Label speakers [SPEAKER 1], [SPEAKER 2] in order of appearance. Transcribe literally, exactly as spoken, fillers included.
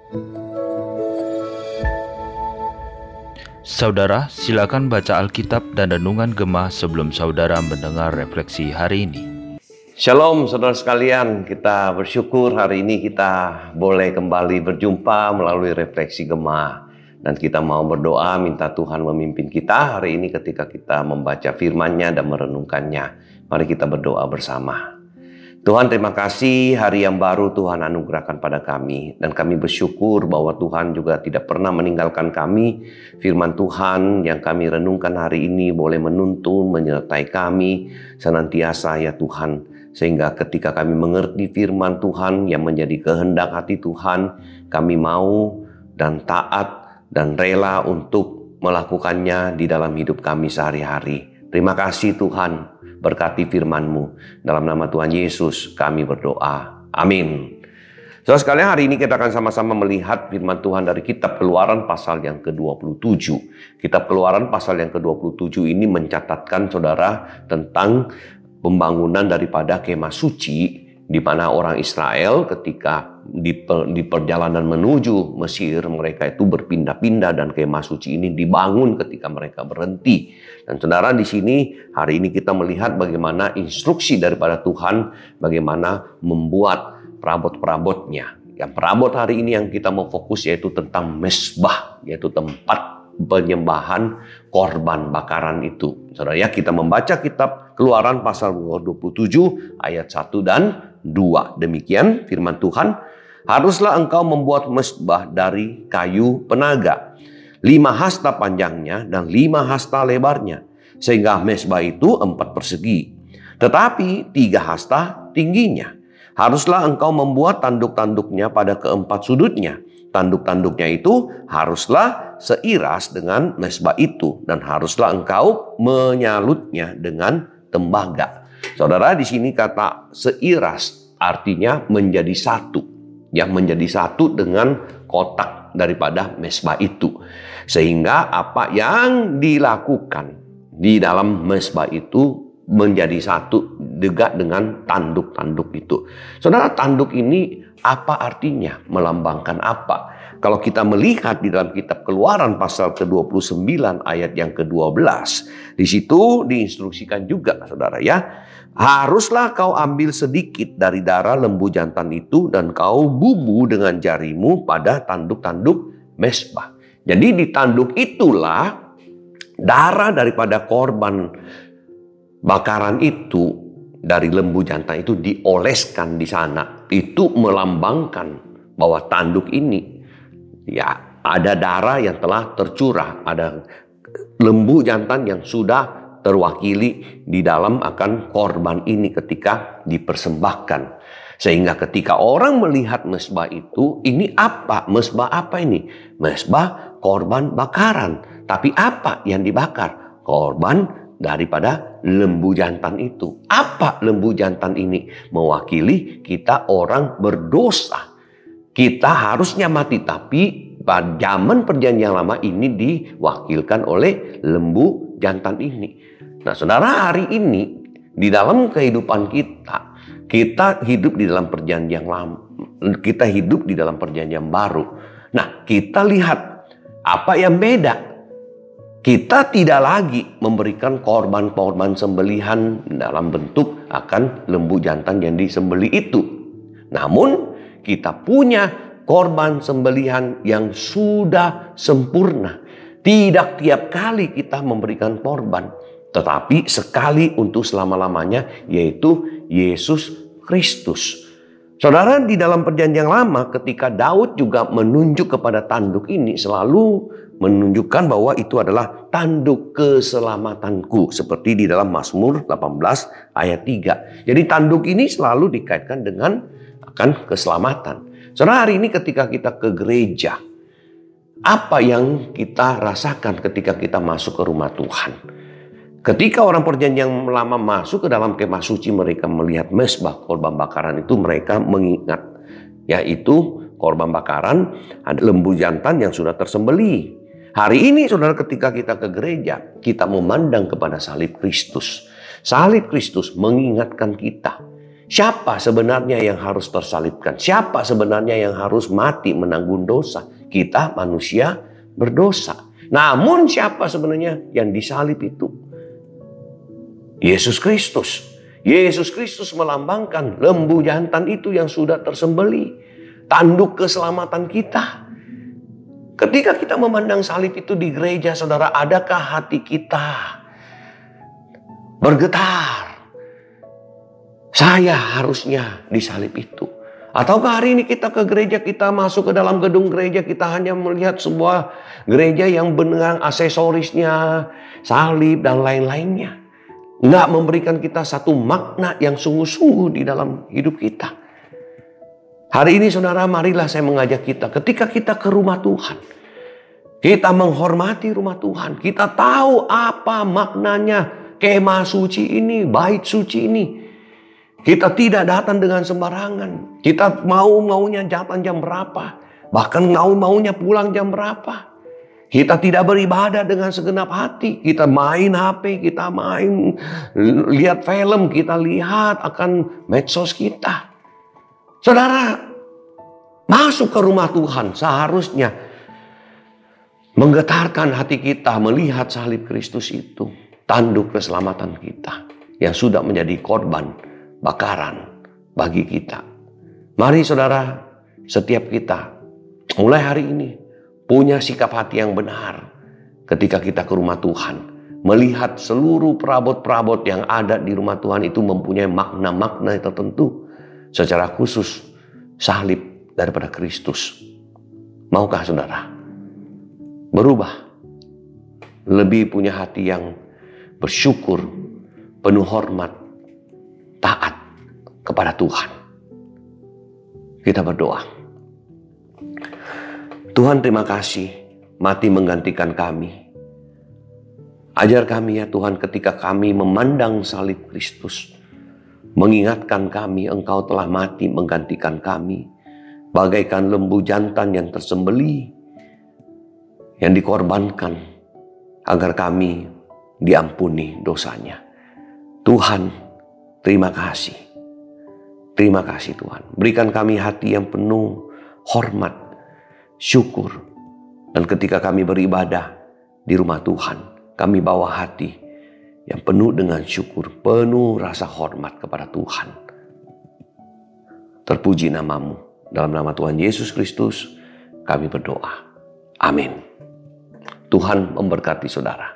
[SPEAKER 1] Saudara, silakan baca Alkitab dan Renungan Gemah sebelum saudara mendengar refleksi hari ini.
[SPEAKER 2] Shalom saudara sekalian, kita bersyukur hari ini kita boleh kembali berjumpa melalui refleksi Gemah. Dan kita mau berdoa minta Tuhan memimpin kita hari ini ketika kita membaca firman-Nya dan merenungkannya. Mari kita berdoa bersama. Tuhan, terima kasih hari yang baru Tuhan anugerahkan pada kami. Dan kami bersyukur bahwa Tuhan juga tidak pernah meninggalkan kami. Firman Tuhan yang kami renungkan hari ini boleh menuntun, menyertai kami senantiasa ya Tuhan. Sehingga ketika kami mengerti firman Tuhan yang menjadi kehendak hati Tuhan, kami mau dan taat dan rela untuk melakukannya di dalam hidup kami sehari-hari. Terima kasih Tuhan. Berkati firman-Mu. Dalam nama Tuhan Yesus kami berdoa. Amin. Saudara sekalian, hari ini kita akan sama-sama melihat firman Tuhan dari kitab Keluaran pasal yang ke dua puluh tujuh. Kitab Keluaran pasal yang ke dua puluh tujuh ini mencatatkan saudara tentang pembangunan daripada kemah suci, di mana orang Israel ketika di, per, di perjalanan menuju Mesir, mereka itu berpindah-pindah dan kemah suci ini dibangun ketika mereka berhenti. Dan saudara, di sini hari ini kita melihat bagaimana instruksi daripada Tuhan, bagaimana membuat perabot-perabotnya. Yang perabot hari ini yang kita mau fokus yaitu tentang mesbah, yaitu tempat penyembahan korban bakaran itu. Saudara ya, kita membaca kitab Keluaran pasal dua puluh tujuh ayat satu dan dua. Demikian firman Tuhan, haruslah engkau membuat mesbah dari kayu penaga, lima hasta panjangnya dan lima hasta lebarnya, sehingga mesbah itu empat persegi, tetapi tiga hasta tingginya. Haruslah engkau membuat tanduk-tanduknya pada keempat sudutnya. Tanduk-tanduknya itu haruslah seiras dengan mesbah itu, dan haruslah engkau menyalutnya dengan tembaga. Saudara, di sini kata seiras artinya menjadi satu, ya, menjadi satu dengan kotak daripada mesbah itu. Sehingga apa yang dilakukan di dalam mesbah itu menjadi satu juga dengan tanduk-tanduk itu. Saudara, tanduk ini apa artinya? Melambangkan apa? Kalau kita melihat di dalam kitab Keluaran pasal ke dua puluh sembilan ayat yang ke dua belas, di situ diinstruksikan juga saudara ya, haruslah kau ambil sedikit dari darah lembu jantan itu dan kau bubu dengan jarimu pada tanduk-tanduk mesbah. Jadi di tanduk itulah darah daripada korban bakaran itu dari lembu jantan itu dioleskan di sana. Itu melambangkan bahwa tanduk ini ya ada darah yang telah tercurah, ada lembu jantan yang sudah terwakili di dalam akan korban ini ketika dipersembahkan. Sehingga ketika orang melihat mesbah itu, ini apa? Mesbah apa ini? Mesbah korban bakaran. Tapi apa yang dibakar? Korban daripada lembu jantan itu. Apa lembu jantan ini? Mewakili kita orang berdosa. Kita harusnya mati, tapi pada zaman perjanjian lama ini diwakilkan oleh lembu jantan ini. Nah saudara, hari ini di dalam kehidupan kita, kita hidup di dalam perjanjian lama, kita hidup di dalam perjanjian baru. Nah kita lihat apa yang beda. Kita tidak lagi memberikan korban-korban sembelihan dalam bentuk akan lembu jantan yang disembelih itu. Namun kita punya korban sembelihan yang sudah sempurna. Tidak tiap kali kita memberikan korban, tetapi sekali untuk selama-lamanya, yaitu Yesus Kristus. Saudara, di dalam perjanjian lama ketika Daud juga menunjuk kepada tanduk ini, selalu menunjukkan bahwa itu adalah tanduk keselamatanku, seperti di dalam Mazmur delapan belas ayat tiga. Jadi tanduk ini selalu dikaitkan dengan akan keselamatan. Saudara, hari ini ketika kita ke gereja, apa yang kita rasakan ketika kita masuk ke rumah Tuhan? Ketika orang perjanjian lama masuk ke dalam kemah suci, mereka melihat mesbah korban bakaran itu, mereka mengingat, yaitu korban bakaran ada lembu jantan yang sudah tersembelih. Hari ini saudara, ketika kita ke gereja, kita memandang kepada salib Kristus. Salib Kristus mengingatkan kita, Siapa sebenarnya yang harus tersalibkan? Siapa sebenarnya yang harus mati menanggung dosa? Kita manusia berdosa. Namun siapa sebenarnya yang disalib itu? Yesus Kristus. Yesus Kristus melambangkan lembu jantan itu yang sudah tersembelih. Tanduk keselamatan kita. Ketika kita memandang salib itu di gereja, saudara, adakah hati kita bergetar? Saya harusnya disalib itu. Ataukah hari ini kita ke gereja, kita masuk ke dalam gedung gereja, kita hanya melihat sebuah gereja yang dengan aksesorisnya, salib dan lain-lainnya. Nggak memberikan kita satu makna yang sungguh-sungguh di dalam hidup kita. Hari ini saudara, marilah saya mengajak kita, ketika kita ke rumah Tuhan, kita menghormati rumah Tuhan, kita tahu apa maknanya kemah suci ini, bait suci ini. Kita tidak datang dengan sembarangan. Kita mau-maunya datang jam berapa. Bahkan mau-maunya pulang jam berapa. Kita tidak beribadah dengan segenap hati. Kita main H P, kita main lihat film, kita lihat akan medsos kita. Saudara, masuk ke rumah Tuhan seharusnya menggetarkan hati kita melihat salib Kristus itu. Tanduk keselamatan kita yang sudah menjadi korban bakaran bagi kita. Mari saudara, setiap kita mulai hari ini punya sikap hati yang benar ketika kita ke rumah Tuhan. Melihat seluruh perabot-perabot yang ada di rumah Tuhan itu mempunyai makna-makna tertentu. Secara khusus salib daripada Kristus. Maukah saudara berubah? Lebih punya hati yang bersyukur, penuh hormat, taat kepada Tuhan. Kita berdoa. Tuhan, terima kasih mati menggantikan kami. Ajar kami ya Tuhan, ketika kami memandang salib Kristus, mengingatkan kami Engkau telah mati menggantikan kami, bagaikan lembu jantan yang tersembelih, yang dikorbankan agar kami diampuni dosanya. Tuhan, terima kasih. Terima kasih Tuhan. Berikan kami hati yang penuh hormat, syukur. Dan ketika kami beribadah di rumah Tuhan, kami bawa hati yang penuh dengan syukur, penuh rasa hormat kepada Tuhan. Terpuji namamu. Dalam nama Tuhan Yesus Kristus kami berdoa. Amin. Tuhan memberkati saudara.